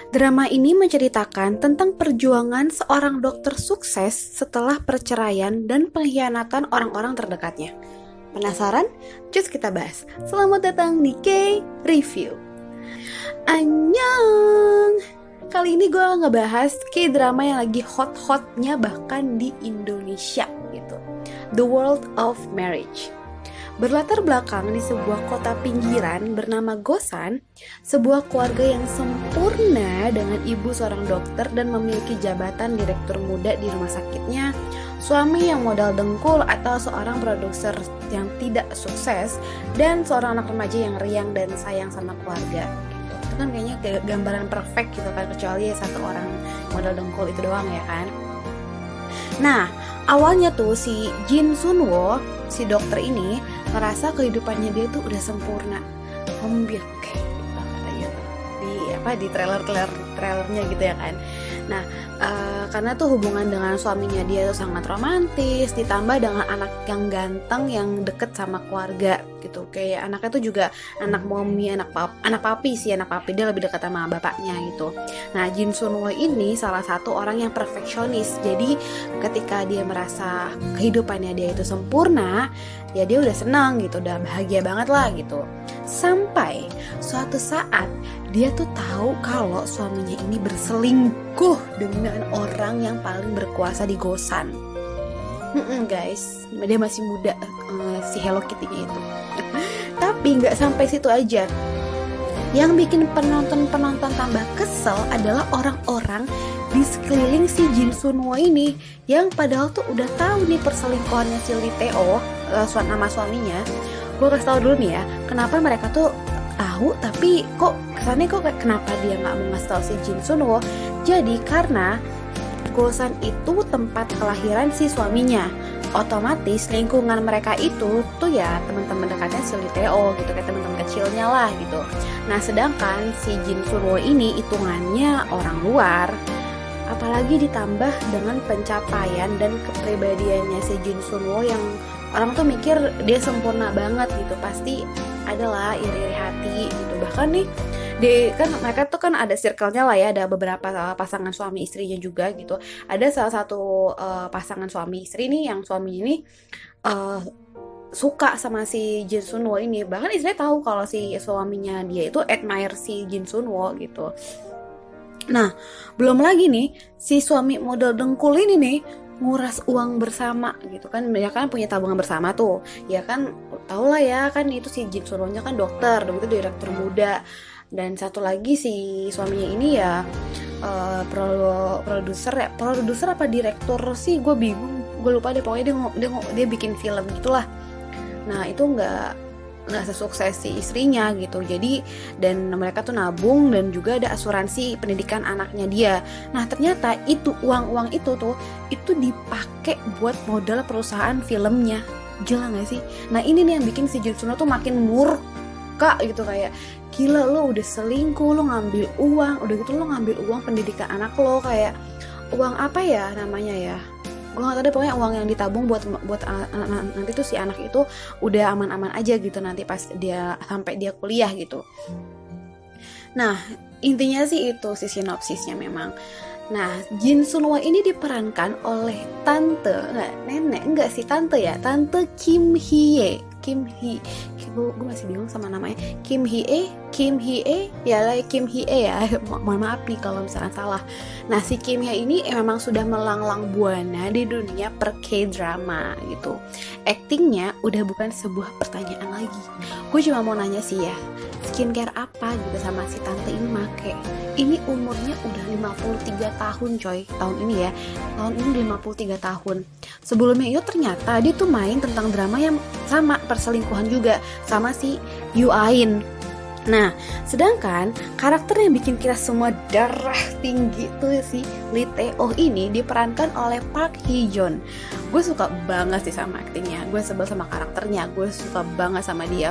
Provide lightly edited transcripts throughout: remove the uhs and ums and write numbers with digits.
Drama ini menceritakan tentang perjuangan seorang dokter sukses setelah perceraian dan pengkhianatan orang-orang terdekatnya. Penasaran? Cus kita bahas. Selamat datang di K-Review. Annyeong! Kali ini gue ngebahas K-drama yang lagi hot-hotnya bahkan di Indonesia gitu. The World of Marriage. Berlatar belakang di sebuah kota pinggiran bernama Gosan, sebuah keluarga yang sempurna dengan ibu seorang dokter dan memiliki jabatan direktur muda di rumah sakitnya, suami yang modal dengkul atau seorang produser yang tidak sukses, dan seorang anak remaja yang riang dan sayang sama keluarga. Itu kan kayaknya gambaran perfect gitu kan, kecuali satu orang modal dengkul itu doang ya kan. Nah, awalnya tuh si Jin Sunwo, si dokter ini merasa kehidupannya dia tuh udah sempurna, hampir kayak gitu katanya tuh di trailernya gitu ya kan. Nah, karena tuh hubungan dengan suaminya dia tuh sangat romantis, ditambah dengan anak yang ganteng yang deket sama keluarga gitu. Kayak anaknya tuh juga anak mommy, anak papi dia lebih dekat sama bapaknya gitu. Nah, Jin Sunwo ini salah satu orang yang perfeksionis. Jadi ketika dia merasa kehidupannya dia itu sempurna, ya dia udah senang gitu, udah bahagia banget lah gitu. Sampai suatu saat dia tuh tahu kalau suaminya ini berselingkuh dengan orang yang paling berkuasa di Gosan. Guys, dia masih muda, si Hello Kitty-nya itu. Tapi nggak sampai situ aja. Yang bikin penonton tambah kesel adalah orang-orang di sekeliling si Jin Sunwo ini, yang padahal tuh udah tahu nih perselingkuhannya si Lee Tae-oh nama suaminya. Gue kasih tau dulu nih ya, kenapa mereka tuh tahu tapi kok kesannya kenapa dia nggak mau ngasih tau si Jin Sunwo. Jadi karena Gosan itu tempat kelahiran si suaminya, otomatis lingkungan mereka itu tuh ya teman-teman dekatnya si Lee Tae-oh gitu, kayak teman-teman kecilnya lah gitu. Nah, sedangkan si Jin Sunwo ini hitungannya orang luar, apalagi ditambah dengan pencapaian dan kepribadiannya si Jin Sunwo yang orang tuh mikir dia sempurna banget gitu, pasti adalah iri-iri hati gitu. Bahkan nih mereka tuh kan ada circle-nya lah ya, ada beberapa pasangan suami istrinya juga gitu. Ada salah satu pasangan suami istri nih yang suaminya ini suka sama si Jin Sunwo ini. Bahkan istrinya tahu kalau si suaminya dia itu admire si Jin Sunwo gitu. Nah, belum lagi nih si suami model dengkul ini nih nguras uang bersama gitu kan, ya kan punya tabungan bersama tuh, ya kan tau lah ya kan, itu si Jin Sunwo-nya kan dokter, itu direktur muda, dan satu lagi si suaminya ini ya produser apa direktur sih, gue bingung, gue lupa deh, pokoknya dia bikin film gitulah. Nah, itu nggak sesukses si istrinya gitu. Jadi dan mereka tuh nabung dan juga ada asuransi pendidikan anaknya dia. Nah, ternyata itu uang itu dipakai buat modal perusahaan filmnya. Gila gak sih? Nah, ini nih yang bikin si Jin Sunwo tuh makin murka gitu, kayak gila, lo udah selingkuh, lo ngambil uang, udah gitu lo ngambil uang pendidikan anak lo, kayak uang apa ya namanya ya, gue gak tau deh, pokoknya uang yang ditabung buat nanti tuh si anak itu udah aman-aman aja gitu nanti pas dia sampai dia kuliah gitu. Nah, intinya sih itu si sinopsisnya memang. Nah, Jin Sunwo ini diperankan oleh tante Kim Hye. Gue masih bingung sama namanya. Kim Hye ya. Mohon maaf nih kalau misalkan salah. Nah, si Kim Hye ini memang sudah melanglang buana di dunia per K-drama gitu. Actingnya udah bukan sebuah pertanyaan lagi. Gue cuma mau nanya sih ya, skincare apa gitu sama si tante ini make. Ini umurnya udah 53 tahun coy, tahun ini 53 tahun. Sebelumnya itu ternyata dia tuh main tentang drama yang sama, perselingkuhan juga, sama si Yu Ain. Nah, sedangkan karakter yang bikin kita semua darah tinggi tuh si Lee Tae-oh ini diperankan oleh Park Hee Joon. Gue suka banget sih sama aktingnya, gue sebel sama karakternya, gue suka banget sama dia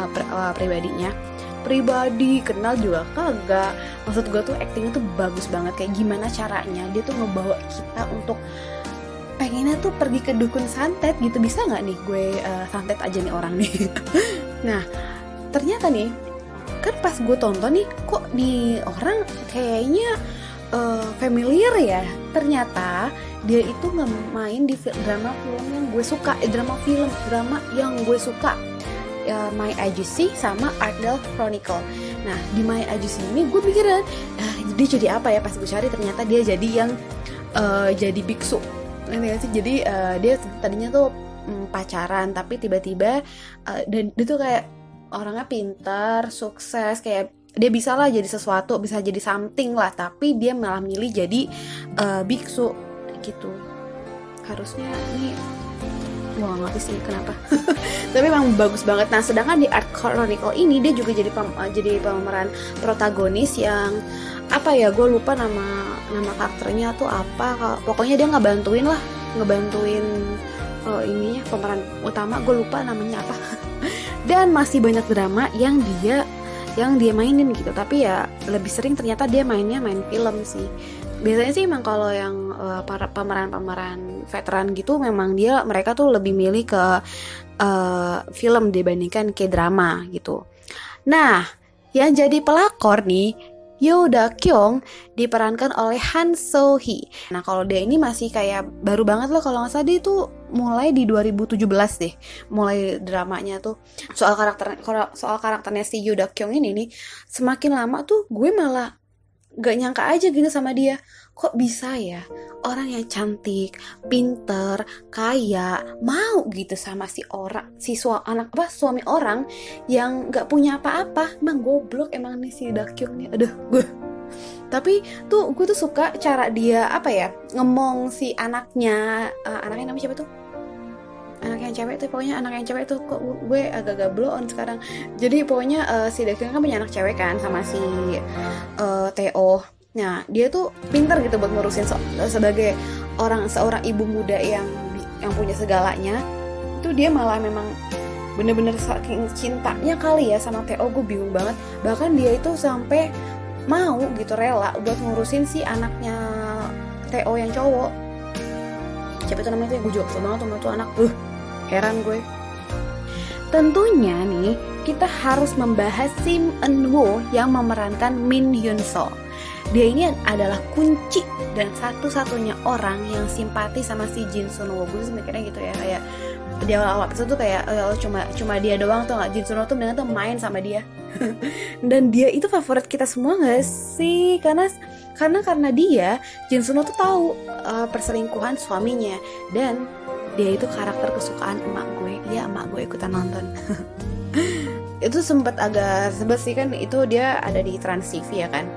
pribadi kenal juga kagak. Maksud gue tuh aktingnya tuh bagus banget, kayak gimana caranya dia tuh ngebawa kita untuk pengennya tuh pergi ke dukun santet gitu. Bisa nggak nih gue santet aja nih orang nih. Nah, ternyata nih kan pas gue tonton nih, kok di orang kayaknya familiar ya. Ternyata dia itu main di drama film yang gue suka, drama yang gue suka, My Agency sama Ardell Chronicle. Nah di My Agency ini gue pikiran dia jadi apa ya, pas gue cari ternyata dia jadi yang jadi biksu. Jadi dia tadinya tuh pacaran, tapi tiba-tiba dan dia tuh kayak orangnya pintar, sukses, kayak dia bisa lah jadi sesuatu, bisa jadi something lah, tapi dia malah milih jadi biksu gitu. Harusnya ini gue gak ngerti sih kenapa tapi emang bagus banget. Nah sedangkan di Art Chronicle ini dia juga jadi pemeran protagonis yang apa ya, gue lupa nama karakternya tuh apa. Pokoknya dia ngebantuin ininya pemeran utama, gue lupa namanya apa dan masih banyak drama yang dia mainin gitu. Tapi ya lebih sering ternyata dia main film sih. Biasanya sih emang kalau yang para pemeran veteran gitu, memang mereka tuh lebih milih ke film dibandingkan ke drama gitu. Nah yang jadi pelakor nih, Yoo Da-kyung diperankan oleh Han So-hee. Nah kalau dia ini masih kayak baru banget loh, kalau nggak salah dia tuh mulai di 2017 deh, mulai dramanya tuh. Soal karakternya si Yoo Da-kyung ini nih, semakin lama tuh gue malah gak nyangka aja gitu sama dia. Kok bisa ya orang yang cantik, pinter, kaya mau gitu sama suami orang yang gak punya apa-apa. Emang goblok emang nih si Da-kyung nih. Aduh gue. Tapi tuh gue tuh suka cara dia apa ya, ngomong si anaknya namanya siapa tuh? Anak yang cewek tuh, pokoknya anak yang cewek tuh, kok gue agak-agak blow on sekarang. Jadi pokoknya si Da-kyung kan punya anak cewek kan sama si Theo. Nah dia tuh pintar gitu buat ngurusin sebagai seorang ibu muda yang punya segalanya. Itu dia malah memang bener-bener saking cintanya kali ya sama Theo, gue bingung banget. Bahkan dia itu sampai mau gitu rela buat ngurusin si anaknya Theo yang cowok. Siapa itu namanya tuh, gue juga kesel banget sama tuh anak. Heran gue. Tentunya nih kita harus membahas Sim Eun-woo yang memerankan Min Hyun-seo. Dia ini adalah kunci dan satu-satunya orang yang simpati sama si Jin Sun-woo. Gue sih mikirnya gitu ya, kayak di awal episode tuh kayak cuma dia doang tuh nggak, Jin Sun-woo tuh dengan tuh main sama dia. Dan dia itu favorit kita semua nggak sih? Karena dia Jin Sun-woo tuh tahu perselingkuhan suaminya, dan dia itu karakter kesukaan emak gue. Iya, emak gue ikutan nonton. Itu sempat agak sebel sih, kan itu dia ada di Trans TV ya kan.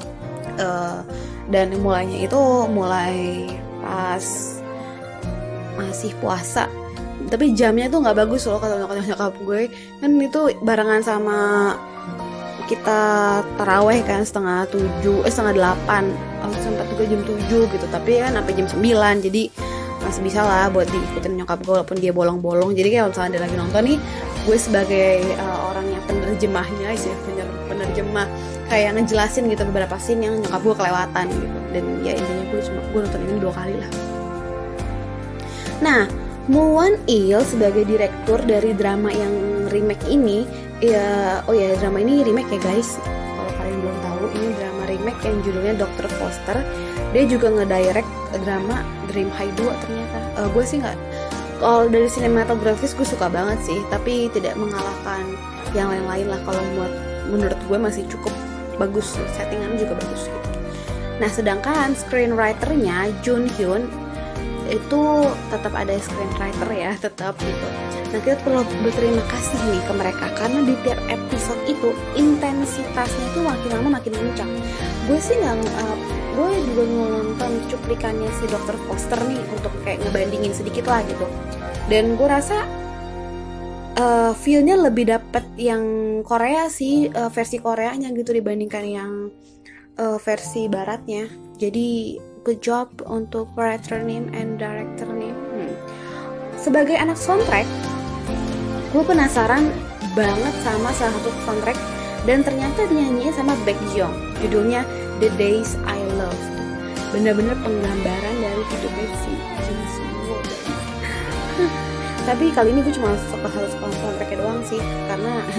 Dan mulai pas masih puasa, tapi jamnya tuh nggak bagus loh kata nyokap gue. Kan itu barengan sama kita taraweh kan setengah 8, sempat juga jam 7 gitu, tapi kan sampai jam 9, jadi masih bisa lah buat diikutin nyokap gue walaupun dia bolong-bolong. Jadi kayak misalnya dia lagi nonton nih, gue sebagai orang yang penerjemahnya sih, penerjemah kayak ngejelasin gitu beberapa scene yang nyokap gue kelewatan gitu. Dan ya intinya gue nonton ini 2 kali lah. Nah, Moo Won-il sebagai direktur dari drama yang remake ini, drama ini remake ya guys. Kalau kalian belum tahu, ini drama remake yang judulnya Dr. Foster. Dia juga ngedirect drama Dream High 2 ternyata. Gue sih nggak, kalau dari sinematografis gue suka banget sih, tapi tidak mengalahkan yang lain-lain lah. Kalau menurut gue masih cukup bagus, settingannya juga bagus gitu. Nah sedangkan screenwriternya Jun Hyun itu tetap ada screenwriter ya, tetap gitu. Nah kita perlu berterima kasih nih ke mereka, karena di tiap episode itu intensitasnya tuh makin lama makin kencang. Gue sih gue juga nonton cuplikannya si Dr. Foster nih untuk kayak ngebandingin sedikit lah gitu. Dan gue rasa feel-nya lebih dapet yang Korea sih, versi Koreanya gitu dibandingkan yang versi baratnya. Jadi good job untuk writer name and director name. Sebagai anak soundtrack, gue penasaran banget sama salah satu soundtrack, dan ternyata dinyanyiin sama Baekhyun. Judulnya The Days I Love. Bener-bener penggambaran dari hidupnya si Jin Sun-woo. Tapi kali ini gue cuma suka soundtracknya doang sih, karena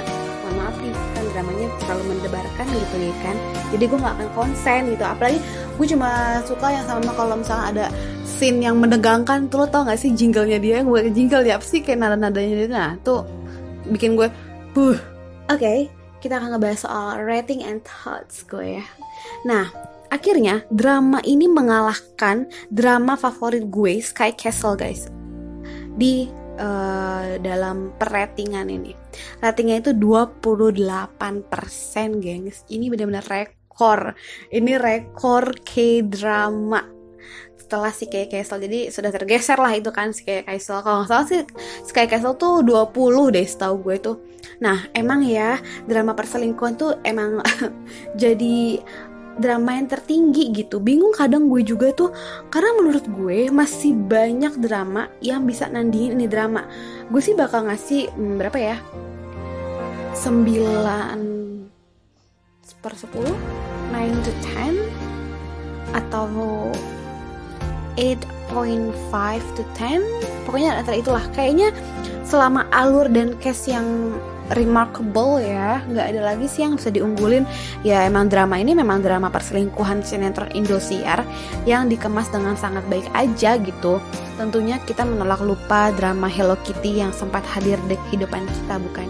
maaf nih kan dramanya terlalu mendebarkan gitu ya kan, jadi gue nggak akan konsen gitu. Apalagi gue cuma suka yang sama kalau misalnya ada scene yang menegangkan tuh, lo tau gak sih jinglenya dia, gue jingle dia apa sih kayak nada-nadanya dia, nah tuh bikin gue Oke, kita akan ngebahas soal rating and thoughts gue ya. Nah, akhirnya drama ini mengalahkan drama favorit gue, Sky Castle guys, di dalam perratingan ini. Ratingnya itu 28%, gengs. Ini benar-benar rekor. Ini rekor K-drama setelah si Sky Castle. Jadi sudah tergeser lah itu kan Sky Castle. Kalau nggak salah sih Sky Castle tuh 20 deh setahu gue tuh. Nah emang ya drama perselingkuhan tuh emang jadi drama yang tertinggi gitu. Bingung kadang gue juga tuh, karena menurut gue masih banyak drama yang bisa nandingin ini drama. Gue sih bakal ngasih berapa ya, 9/10, 9/10, atau 8.5/10, pokoknya antara itulah. Kayaknya selama alur dan cast yang remarkable ya, nggak ada lagi sih yang bisa diunggulin. Ya emang drama ini memang drama perselingkuhan sinetron Indosiar yang dikemas dengan sangat baik aja gitu. Tentunya kita menolak lupa drama Hello Kitty yang sempat hadir di kehidupan kita, bukan?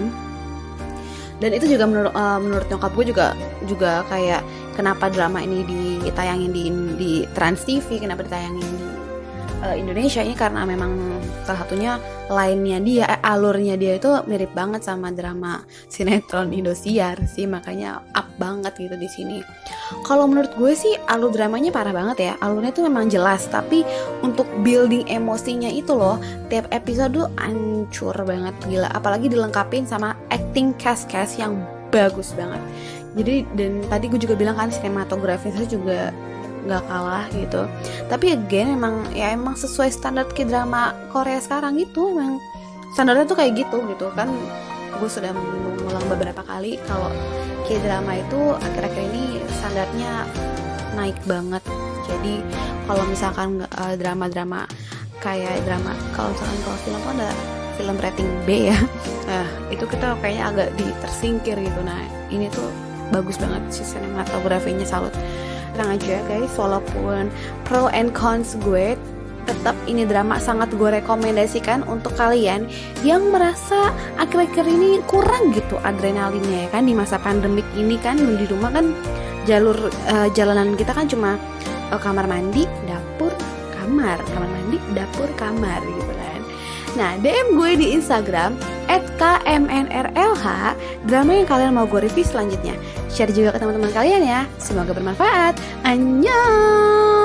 Dan itu juga menurut nyokap gue juga kayak kenapa drama ini ditayangin di Trans TV, kenapa ditayangin di Indonesia ini, karena memang salah satunya lainnya dia, alurnya dia itu mirip banget sama drama sinetron Indosiar sih, makanya up banget gitu di sini. Kalau menurut gue sih alur dramanya parah banget ya, alurnya tuh memang jelas, tapi untuk building emosinya itu loh, tiap episode tuh hancur banget, gila. Apalagi dilengkapin sama acting cast yang bagus banget. Jadi dan tadi gue juga bilang kan sinematografinya juga nggak kalah gitu. Tapi again emang sesuai standar K-drama Korea sekarang itu, emang standarnya tuh kayak gitu kan. Gue sudah mengulang beberapa kali kalau K-drama itu akhir-akhir ini standarnya naik banget. Jadi kalau misalkan drama-drama kayak drama, kalau film tuh ada film rating B ya, itu kita kayaknya agak tersingkir gitu. Nah ini tuh bagus banget sih sinematografinya, salut. Tenang aja guys, walaupun pro and cons gue, tetap ini drama sangat gue rekomendasikan untuk kalian yang merasa akhir-akhir ini kurang gitu adrenalinnya ya kan, di masa pandemik ini kan, di rumah kan jalanan kita kan cuma kamar mandi, dapur, kamar mandi, dapur, kamar gitu kan. Nah DM gue di Instagram @kmnrlh drama yang kalian mau gue review selanjutnya. Share juga ke teman-teman kalian ya. Semoga bermanfaat. Annyeong.